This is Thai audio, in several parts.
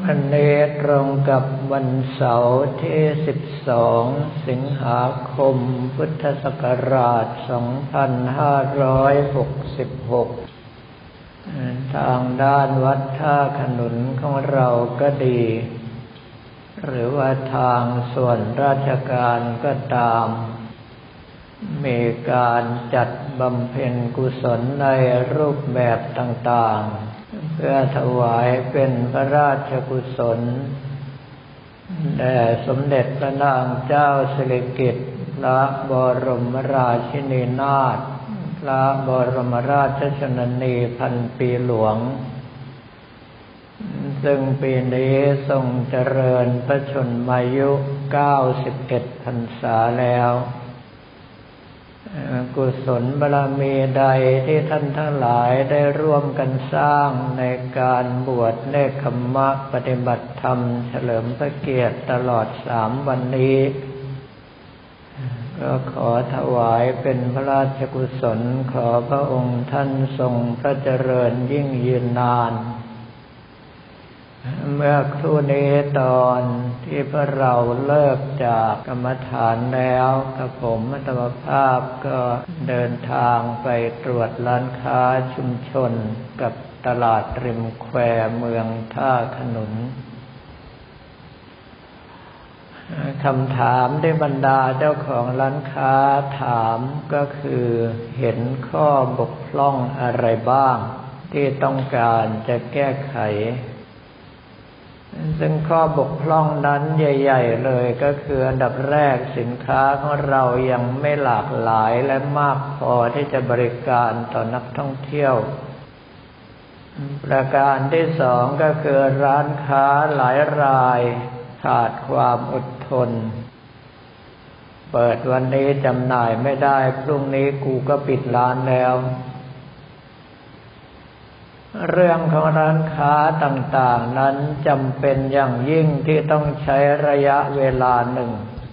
วันนี้ตรงกับวันเสาร์ที่12สิงหาคมพุทธศักราช2566ทางด้านวัดท่าขนุนของเราก็ดีหรือว่าทางส่วนราชการก็ตามมีการจัดบำเพ็ญกุศลในรูปแบบต่างๆเพื่อถวายเป็นพระราชกุศลแด่สมเด็จพระนางเจ้าสิริกิติ์พระบรมราชินีนาถพระบรมราชชนนีพันปีหลวงซึ่งปีนี้ทรงเจริญพระชนมายุ91 พรรษาแล้วกุศลบารมีใดที่ท่านทั้งหลายได้ร่วมกันสร้างในการบวชเนกขัมมะปฏิบัติธรรมเฉลิมพระเกียรติตลอด3 วันนี้ก็ขอถวายเป็นพระราชกุศลขอพระองค์ท่านทรงพระเจริญยิ่งยืนนานเมื่อครู่นี้ตอนที่พวกเราเลิกจากกรรมฐานแล้วกับผมอัตมภาพก็เดินทางไปตรวจร้านค้าชุมชนกับตลาดริมแควเมืองท่าขนุนคำถามที่บรรดาเจ้าของร้านค้าถามก็คือเห็นข้อบกพร่องอะไรบ้างที่ต้องการจะแก้ไขซึ่งข้อบกพร่องนั้นใหญ่ๆเลยก็คืออันดับแรกสินค้าของเรายังไม่หลากหลายและมากพอที่จะบริการต่อนักท่องเที่ยวประการที่สองก็คือร้านค้าหลายรายขาดความอดทนเปิดวันนี้จำหน่ายไม่ได้พรุ่งนี้กูก็ปิดร้านแล้วเรื่องของร้านค้าต่างๆนั้นจำเป็นอย่างยิ่งที่ต้องใช้ระยะเวลาหนึ่ง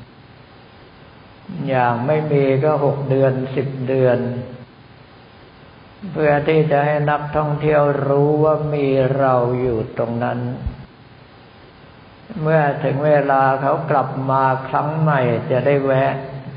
อย่างไม่มีก็6 เดือน10 เดือนเพื่อที่จะให้นักท่องเที่ยวรู้ว่ามีเราอยู่ตรงนั้นเมื่อถึงเวลาเขากลับมาครั้งใหม่จะได้แวะ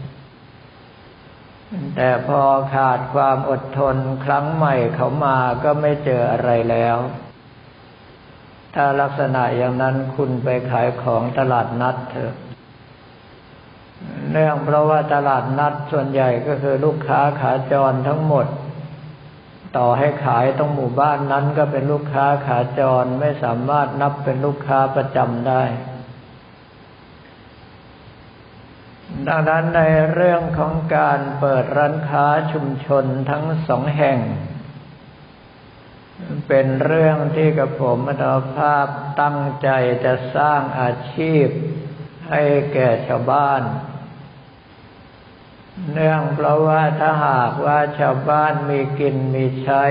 แต่พอขาดความอดทนครั้งใหม่เขามาก็ไม่เจออะไรแล้วถ้าลักษณะอย่างนั้นคุณไปขายของตลาดนัดเถอะเนื่องเพราะว่าตลาดนัดส่วนใหญ่ก็คือลูกค้าขาจรทั้งหมดต่อให้ขายตรงหมู่บ้านนั้นก็เป็นลูกค้าขาจรไม่สามารถนับเป็นลูกค้าประจำได้ดังนั้นในเรื่องของการเปิดร้านค้าชุมชนทั้ง2 แห่งเป็นเรื่องที่กับผมอัตภาพตั้งใจจะสร้างอาชีพให้แก่ชาวบ้านเนื่องเพราะว่าถ้าหากว่าชาวบ้านมีกินมีใช้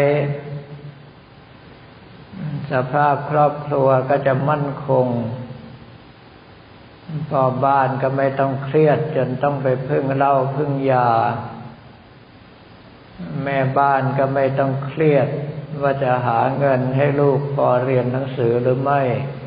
สภาพครอบครัวก็จะมั่นคงพ่อบ้านก็ไม่ต้องเครียดจนต้องไปพึ่งเหล้าพึ่งยาแม่บ้านก็ไม่ต้องเครียดว่าจะหาเงินให้ลูกพอเรียนหนังสือหรือไม่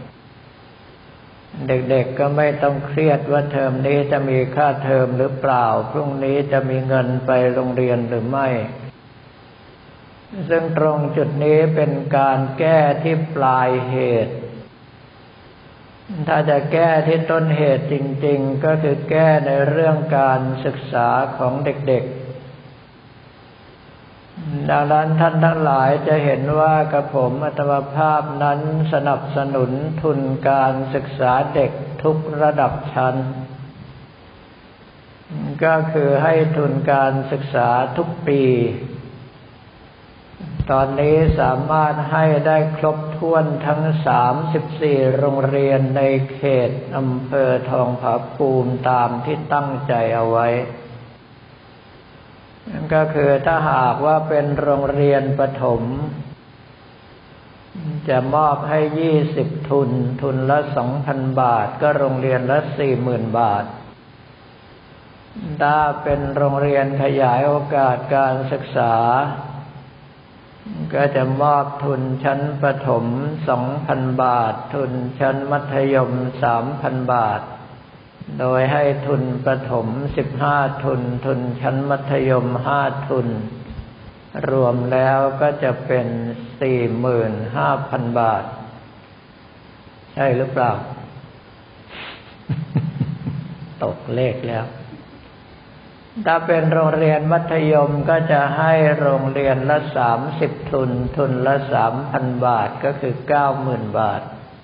เด็กๆก็ไม่ต้องเครียดว่าเทอมนี้จะมีค่าเทอมหรือเปล่าพรุ่งนี้จะมีเงินไปโรงเรียนหรือไม่ซึ่งตรงจุดนี้เป็นการแก้ที่ปลายเหตุถ้าจะแก้ที่ต้นเหตุจริงๆก็คือแก้ในเรื่องการศึกษาของเด็กๆดังนั้นท่านทั้งหลายจะเห็นว่ากับผมอัตมภาพนั้นสนับสนุนทุนการศึกษาเด็กทุกระดับชั้นก็คือให้ทุนการศึกษาทุกปีตอนนี้สามารถให้ได้ครบถ้วนทั้ง34 โรงเรียนในเขตอำเภอทองผาภูมิตามที่ตั้งใจเอาไว้นั่นก็คือถ้าหากว่าเป็นโรงเรียนประถมจะมอบให้20 ทุนละ 2,000 บาทก็โรงเรียนละ 40,000 บาทถ้าเป็นโรงเรียนขยายโอกาสการศึกษาก็จะมอบทุนชั้นประถม 2,000 บาททุนชั้นมัธยม 3,000 บาทโดยให้ทุนประถม15ทุนทุนชั้นมัธยม5ทุนรวมแล้วก็จะเป็น 45,000 บาทใช่หรือเปล่า ตกเลขแล้วถ้าเป็นโรงเรียนมัธยมก็จะให้โรงเรียนละ30ทุนทุนละ 3,000 บาทก็คือ 90,000 บาท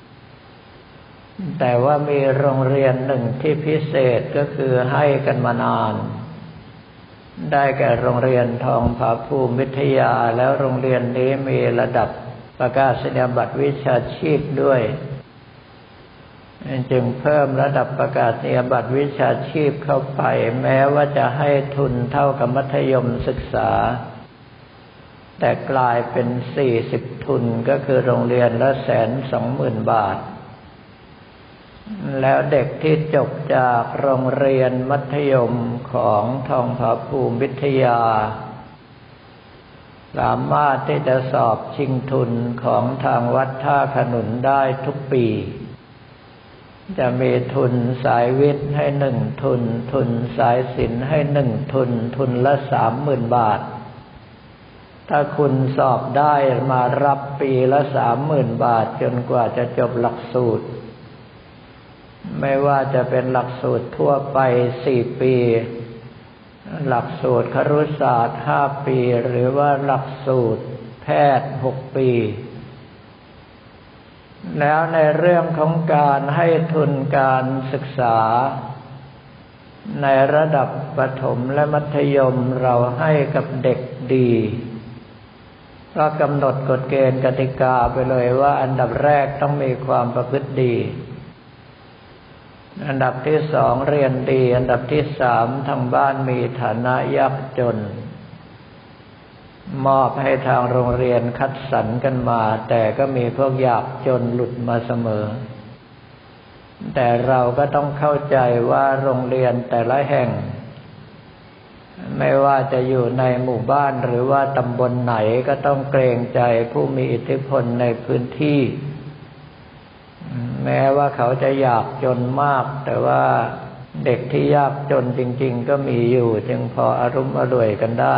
แต่ว่ามีโรงเรียนหนึ่งที่พิเศษก็คือให้กันมานานได้แก่โรงเรียนทองผาภูมิวิทยาแล้วโรงเรียนนี้มีระดับประกาศนียบัตรวิชาชีพด้วยจึงเพิ่มระดับประกาศนียบัตรวิชาชีพเข้าไปแม้ว่าจะให้ทุนเท่ากับมัธยมศึกษาแต่กลายเป็น40ทุนก็คือโรงเรียนละ 120,000 บาทแล้วเด็กที่จบจากโรงเรียนมัธยมของทองผาภูมิวิทยาสามารถที่จะสอบชิงทุนของทางวัดท่าขนุนได้ทุกปีจะมีทุนสายวิทย์ให้1ทุนทุนสายศิลป์ให้1ทุนทุนละ 30,000 บาทถ้าคุณสอบได้มารับปีละ 30,000 บาทจนกว่าจะจบหลักสูตรไม่ว่าจะเป็นหลักสูตรทั่วไป4ปีหลักสูตรครุศาสตร์5ปีหรือว่าหลักสูตรแพทย์6ปีแล้วในเรื่องของการให้ทุนการศึกษาในระดับประถมและมัธยมเราให้กับเด็กดีก็กำหนดกฎเกณฑ์กติกาไปเลยว่าอันดับแรกต้องมีความประพฤติดีอันดับที่2เรียนดีอันดับที่3ทางบ้านมีฐานะยากจนมอบให้ทางโรงเรียนคัดสรรกันมาแต่ก็มีพวกยากจนหลุดมาเสมอแต่เราก็ต้องเข้าใจว่าโรงเรียนแต่ละแห่งไม่ว่าจะอยู่ในหมู่บ้านหรือว่าตำบลไหนก็ต้องเกรงใจผู้มีอิทธิพลในพื้นที่แม้ว่าเขาจะยากจนมากแต่ว่าเด็กที่ยากจนจริงๆก็มีอยู่จึงพออารุ่มอร่วยกันได้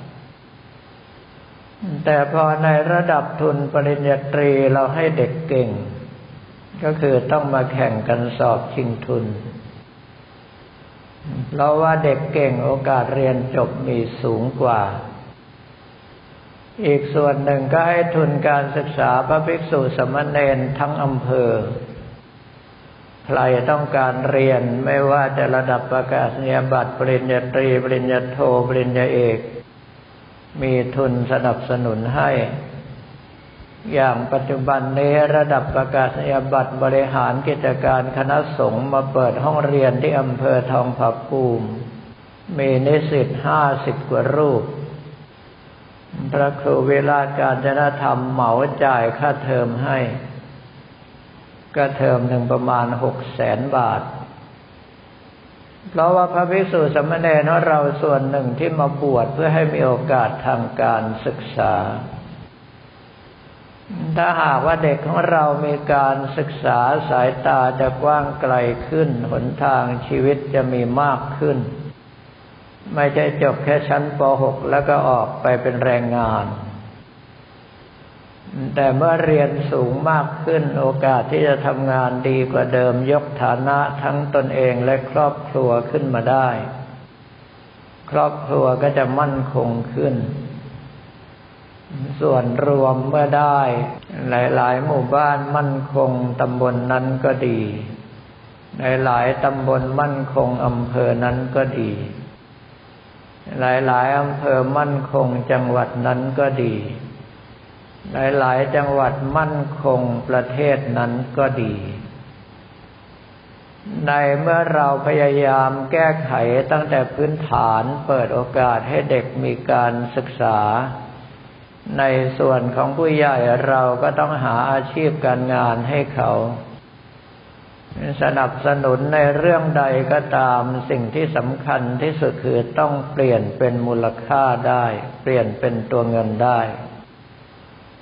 แต่พอในระดับทุนปริญญาตรีเราให้เด็กเก่งก็คือต้องมาแข่งกันสอบชิงทุนเพราะว่าเด็กเก่งโอกาสเรียนจบมีสูงกว่าอีกส่วนหนึ่งก็ให้ทุนการศึกษาพระภิกษุสามเณรทั้งอำเภอใครต้องการเรียนไม่ว่าจะระดับประกาศนียบัตรปริญญาตรีปริญญาโทปริญญาเอกมีทุนสนับสนุนให้อย่างปัจจุบันนี้ระดับประกาศนียบัตรบริหารกิจการคณะสงฆ์มาเปิดห้องเรียนที่อำเภอทองผาภูมิมีนิสิต50 กว่ารูปพระครูวิราชกาญจนธรรมเหมาจ่ายค่าเทอมให้ก็เทอมหนึ่งประมาณ 600,000 บาทเพราะว่าพระภิกษุสามเณรของเราส่วนหนึ่งที่มาบวชเพื่อให้มีโอกาสทางการศึกษาถ้าหากว่าเด็กของเรามีการศึกษาสายตาจะกว้างไกลขึ้นหนทางชีวิตจะมีมากขึ้นไม่ใช่จบแค่ชั้นป .6 แล้วก็ออกไปเป็นแรงงานแต่เมื่อเรียนสูงมากขึ้นโอกาสที่จะทำงานดีกว่าเดิมยกฐานะทั้งตนเองและครอบครัวขึ้นมาได้ครอบครัวก็จะมั่นคงขึ้นส่วนรวมเมื่อได้หลายๆหมู่บ้านมั่นคงตำบลนั้นก็ดีหลายๆตำบลมั่นคงอำเภอนั้นก็ดีหลายๆอำเภอมั่นคงจังหวัดนั้นก็ดีหลายๆจังหวัดมั่นคงประเทศนั้นก็ดีในเมื่อเราพยายามแก้ไขตั้งแต่พื้นฐานเปิดโอกาสให้เด็กมีการศึกษาในส่วนของผู้ใหญ่เราก็ต้องหาอาชีพการงานให้เขาสนับสนุนในเรื่องใดก็ตามสิ่งที่สำคัญที่สุดคือต้องเปลี่ยนเป็นมูลค่าได้เปลี่ยนเป็นตัวเงินได้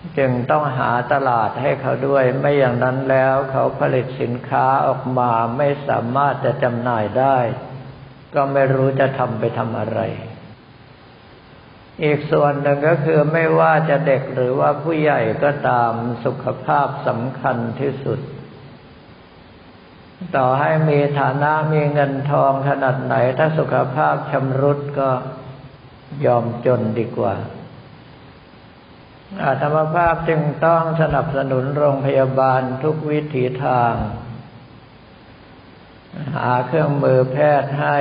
จึงต้องหาตลาดให้เขาด้วยไม่อย่างนั้นแล้วเขาผลิตสินค้าออกมาไม่สามารถจะจำหน่ายได้ก็ไม่รู้จะทำไปทำอะไรอีกส่วนหนึ่งก็คือไม่ว่าจะเด็กหรือว่าผู้ใหญ่ก็ตามสุขภาพสำคัญที่สุดต่อให้มีฐานะมีเงินทองขนาดไหนถ้าสุขภาพชำรุดก็ยอมจนดีกว่าอาตมาภาพจึงต้องสนับสนุนโรงพยาบาลทุกวิถีทางหาเครื่องมือแพทย์ให้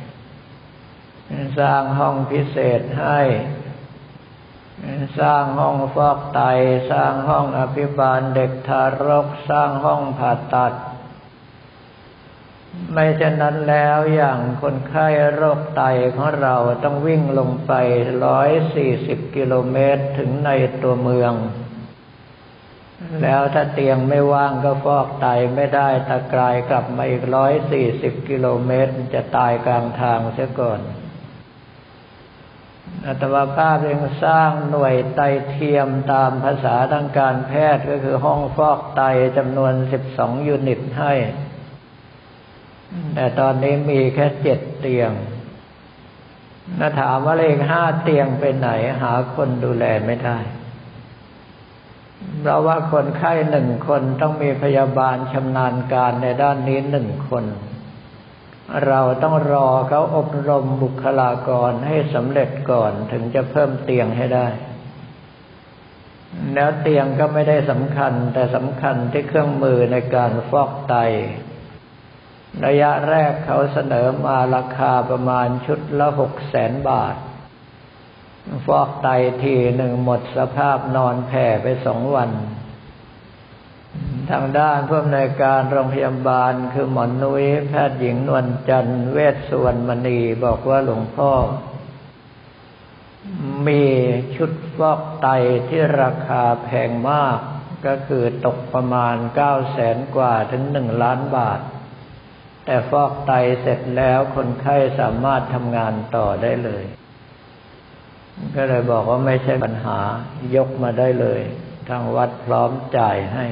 สร้างห้องพิเศษให้สร้างห้องฟอกไตสร้างห้องอภิบาลเด็กทารกสร้างห้องผ่าตัดไม่เช่นนั้นแล้วอย่างคนไข้โรคไตของเราต้องวิ่งลงไป140 กิโลเมตรถึงในตัวเมืองแล้วถ้าเตียงไม่ว่างก็ฟอกไตไม่ได้ตะกายกลับมาอีก140 กิโลเมตรจะตายกลางทางเสียก่อนอาตมาภาพยังสร้างหน่วยไตเทียมตามภาษาทางการแพทย์ก็คือห้องฟอกไตจำนวน12 ยูนิตให้แต่ตอนนี้มีแค่7 เตียงถ้าถามว่าเลข5 เตียงไปไหนหาคนดูแลไม่ได้เพราะว่าคนไข้1 คนต้องมีพยาบาลชำนาญการในด้านนี้1 คนเราต้องรอเขาอบรมบุคลากรให้สำเร็จก่อนถึงจะเพิ่มเตียงให้ได้แล้วเตียงก็ไม่ได้สำคัญแต่สำคัญที่เครื่องมือในการฟอกไตระยะแรกเขาเสนอมาราคาประมาณชุดละ600,000 บาทฟอกไตทีหนึ่งหมดสภาพนอนแผ่ไป2 วันทางด้านผู้อำนวยการโรงพยาบาลคือหมอนุ้ยแพทย์หญิงนวลจันทร์เวชสุวรรณมณีบอกว่าหลวงพ่อมีชุดฟอกไตที่ราคาแพงมากก็คือตกประมาณ900,000 กว่าถึง1 ล้านบาทแต่ฟอกไตเสร็จแล้วคนไข้สามารถทำงานต่อได้เลยก็เลยบอกว่าไม่ใช่ปัญหายกมาได้เลยทางวัดพร้อมจ่ายให้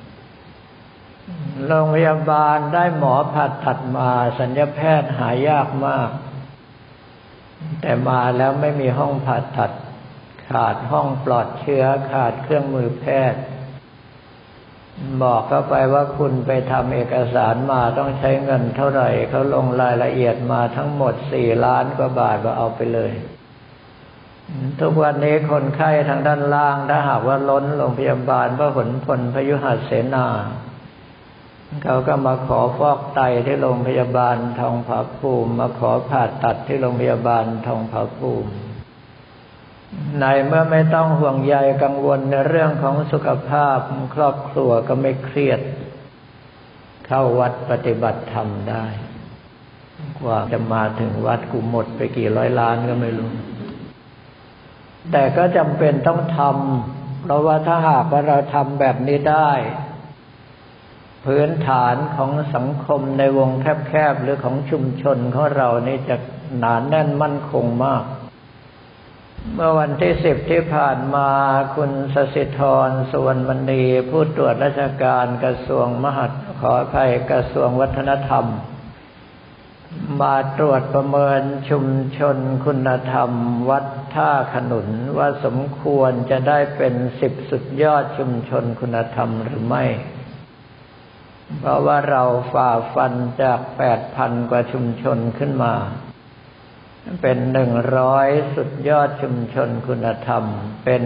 โรงพยาบาลได้หมอผ่าตัดมาศัลยแพทย์หายากมากแต่มาแล้วไม่มีห้องผ่าตัดขาดห้องปลอดเชื้อขาดเครื่องมือแพทย์บอกเข้าไปว่าคุณไปทำเอกสารมาต้องใช้เงินเท่าไหร่เขาลงรายละเอียดมาทั้งหมด4 ล้านกว่าบาทก็เอาไปเลยทุกวันนี้คนไข้ทางด้านล่างถ้าหากว่าล้นโรงพยาบาลพหลพลพยุหเสนาเขาก็มาขอฟอกไตที่โรงพยาบาลทองผาภูมิมาขอผ่าตัดที่โรงพยาบาลทองผาภูมิในเมื่อไม่ต้องห่วงใยกังวลในเรื่องของสุขภาพครอบครัวก็ไม่เครียดเข้าวัดปฏิบัติธรรมได้กว่าจะมาถึงวัดกูหมดไปกี่ร้อยล้านก็ไม่รู้แต่ก็จำเป็นต้องทำเพราะว่าถ้าหากว่าเราทำแบบนี้ได้พื้นฐานของสังคมในวงแคบๆหรือของชุมชนของเรานี่จะหนาแน่นมั่นคงมากเมื่อวันที่10ที่ผ่านมาคุณสศิธรสุวรรณมณีผู้ตรวจราชการกระทรวงขออภัยกระทรวงวัฒนธรรมมาตรวจประเมินชุมชนคุณธรรมวัดท่าขนุนว่าสมควรจะได้เป็น10 สุดยอดชุมชนคุณธรรมหรือไม่เพราะว่าเราฝ่าฟันจาก 8,000 กว่าชุมชนขึ้นมาเป็น100 สุดยอดชุมชนคุณธรรมเป็น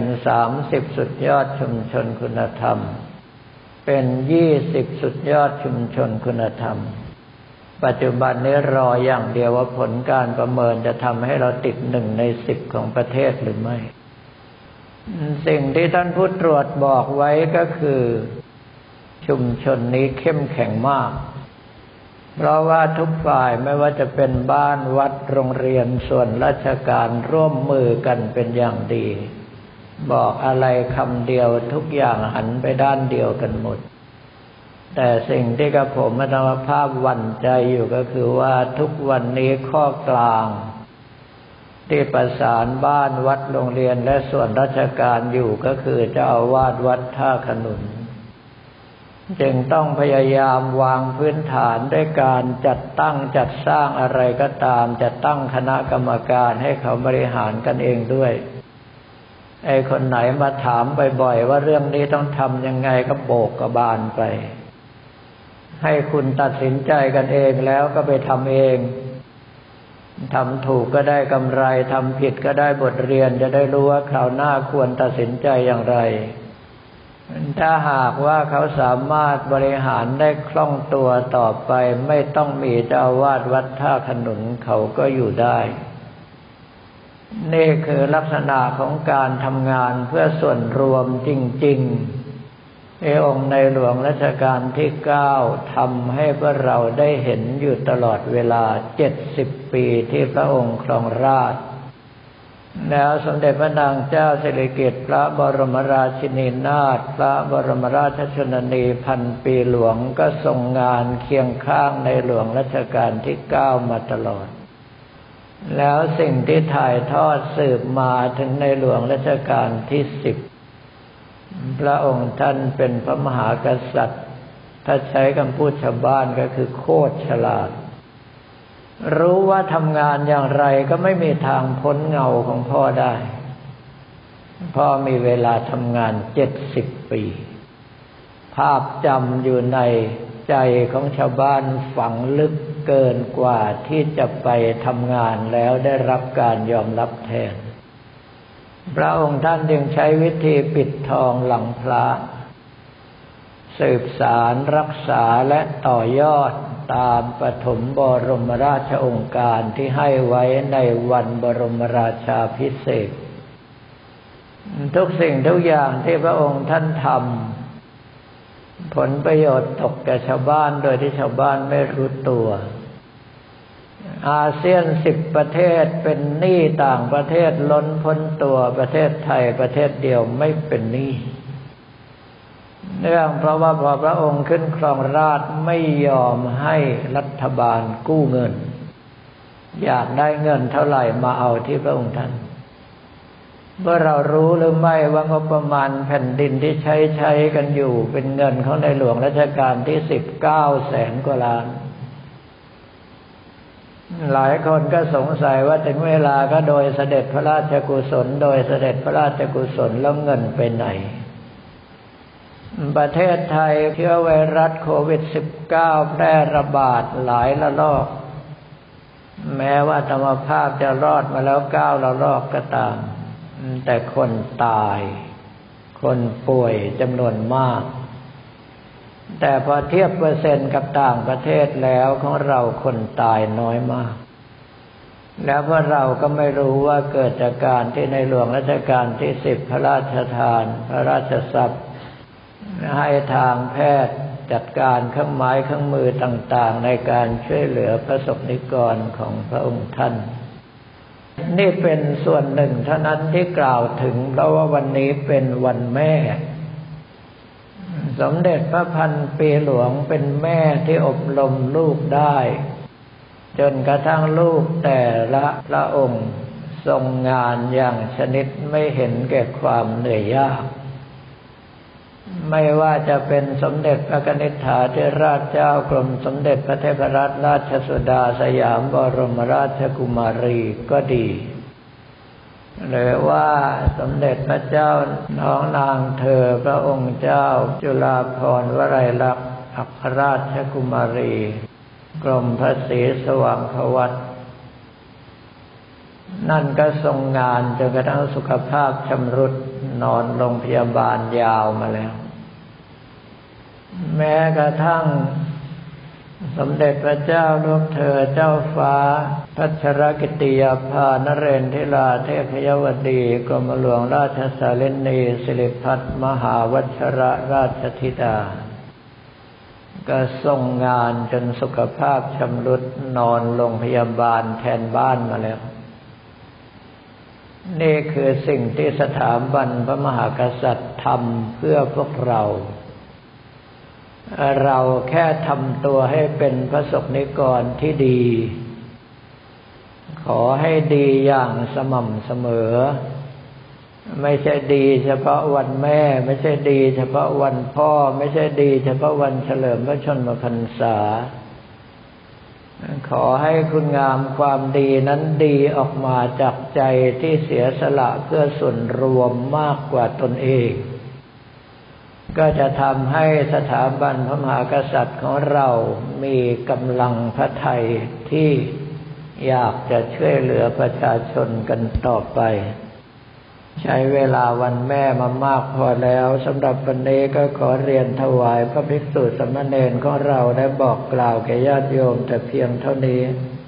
30 สุดยอดชุมชนคุณธรรมเป็น20 สุดยอดชุมชนคุณธรรมปัจจุบันนี้รออย่างเดียวว่าผลการประเมินจะทำให้เราติด1 ใน 10ของประเทศหรือไม่สิ่งที่ท่านผู้ตรวจบอกไว้ก็คือชุมชนนี้เข้มแข็งมากเพราะว่าทุกฝ่ายไม่ว่าจะเป็นบ้านวัดโรงเรียนส่วนราชการร่วมมือกันเป็นอย่างดีบอกอะไรคำเดียวทุกอย่างหันไปด้านเดียวกันหมดแต่สิ่งที่กับผมอัตมาภาพหวั่นใจอยู่ก็คือว่าทุกวันนี้ข้อกลางที่ประสานบ้านวัดโรงเรียนและส่วนราชการอยู่ก็คือเจ้าอาวาสวัดท่าขนุนจึงต้องพยายามวางพื้นฐานด้วยการจัดตั้งจัดสร้างอะไรก็ตามจัดตั้งคณะกรรมการให้เขาบริหารกันเองด้วยไอ้คนไหนมาถามบ่อยๆว่าเรื่องนี้ต้องทำยังไงก็โบกกระบาลไปให้คุณตัดสินใจกันเองแล้วก็ไปทำเองทำถูกก็ได้กำไรทำผิดก็ได้บทเรียนจะได้รู้ว่าคราวหน้าควรตัดสินใจอย่างไรถ้าหากว่าเขาสามารถบริหารได้คล่องตัวต่อไปไม่ต้องมีเจ้าอาวาสวัดท่าขนุนเขาก็อยู่ได้นี่คือลักษณะของการทำงานเพื่อส่วนรวมจริงๆที่องค์ในหลวงรัชกาลที่9ทำให้พวกเราได้เห็นอยู่ตลอดเวลา70ปีที่พระองค์ครองราชย์แล้วสมเด็จพระนางเจ้าสิริกิติ์พระบรมราชินีนาถพระบรมราชชนนีพันปีหลวงก็ทรงงานเคียงข้างในหลวงรัชกาลที่9มาตลอดแล้วสิ่งที่ถ่ายทอดสืบมาถึงในหลวงรัชกาลที่10พระองค์ท่านเป็นพระมหากษัตริย์ถ้าใช้คำพูดชาวบ้านก็คือโคตรฉลาดรู้ว่าทำงานอย่างไรก็ไม่มีทางพ้นเงาของพ่อได้พ่อมีเวลาทำงาน70ปีภาพจำอยู่ในใจของชาวบ้านฝังลึกเกินกว่าที่จะไปทำงานแล้วได้รับการยอมรับแทนพระองค์ท่านจึงใช้วิธีปิดทองหลังพระสืบสารรักษาและต่อยอดตามปฐมบรมราชโองการที่ให้ไว้ในวันบรมราชาภิเษกทุกสิ่งทุกอย่างที่พระองค์ท่านทำผลประโยชน์ตกแก่ชาวบ้านโดยที่ชาวบ้านไม่รู้ตัวอาเซียน10ประเทศเป็นหนี้ต่างประเทศล้นพ้นตัวประเทศไทยประเทศเดียวไม่เป็นหนี้เนื่องเพราะว่าพอพระองค์ขึ้นครองราชย์ไม่ยอมให้รัฐบาลกู้เงินอยากได้เงินเท่าไหร่มาเอาที่พระองค์ท่านเมื่อเรารู้หรือไม่ว่างบประมาณแผ่นดินที่ใช้กันอยู่เป็นเงินของในหลวงรัชกาลที่19แสนกว่าล้านหลายคนก็สงสัยว่าถึงเวลาก็โดยเสด็จพระราชกุศลโดยเสด็จพระราชกุศลแล้วเงินไปไหนประเทศไทยเชื้อไวรัสโควิด-19 แพร่ระบาดหลายระลอกแม้ว่าธรรมภาพจะรอดมาแล้ว9ระลอกก็ตามแต่คนตายคนป่วยจำนวนมากแต่พอเทียบเปอร์เซ็นต์กับต่างประเทศแล้วของเราคนตายน้อยมากแล้วพวกเราก็ไม่รู้ว่าเกิดจากการที่ในหลวงรัชกาลที่10พระราชทานพระราชทรัพย์ให้ทางแพทย์จัดการเครื่องไม้เครื่องมือต่างๆในการช่วยเหลือประสบนิกรของพระองค์ท่านนี่เป็นส่วนหนึ่งเท่านั้นที่กล่าวถึงเพราะว่าวันนี้เป็นวันแม่สมเด็จพระพันปีหลวงเป็นแม่ที่อบรมลูกได้จนกระทั่งลูกแต่ละพระองค์ทรงงานอย่างชนิดไม่เห็นแก่ความเหนื่อยยากไม่ว่าจะเป็นสมเด็จพระกนิษฐาธิราชเจ้ากรมสมเด็จพระเทพรัตนราชสุดาสยามบรมราชกุมารีก็ดีหรือว่าสมเด็จพระเจ้าน้องนางเธอพระองค์เจ้าจุฬาภรณ์วลัยลักษณ์อัครราชกุมารีกรมพระศรีสว่างควัตรนั่นก็ทรงงานจนกระทั่งสุขภาพชำรุดนอนโรงพยาบาลยาวมาแล้วแม้กระทั่งสมเด็จพระเจ้าลูกเธอเจ้าฟ้าพัชรกิติยาภานเรนทิราเทพยวดีกรมหลวงราชสารินีสิริพัฒน์มหาวัชรราชธิดาก็ทรงงานจนสุขภาพชำรุดนอนโรงพยาบาลแทนบ้านมาแล้วนี่คือสิ่งที่สถาบันพระมหากษัตริย์ทำเพื่อพวกเราแค่ทำตัวให้เป็นพระสงฆ์นิกรที่ดีขอให้ดีอย่างสม่ำเสมอไม่ใช่ดีเฉพาะวันแม่ไม่ใช่ดีเฉพาะวันพ่อไม่ใช่ดีเฉพาะวันเฉลิมพระชนมพรรษาขอให้คุณงามความดีนั้นดีออกมาจากใจที่เสียสละเพื่อส่วนรวมมากกว่าตนเองก็จะทำให้สถาบันพระมหากษัตริย์ของเรามีกำลังพระทัยที่อยากจะช่วยเหลือประชาชนกันต่อไปใช้เวลาวันแม่มามากพอแล้วสำหรับวันนี้ก็ขอเรียนถวายพระภิกษุสามเณรของเราได้บอกกล่าวแก่ญาติโยมแต่เพียงเท่านี้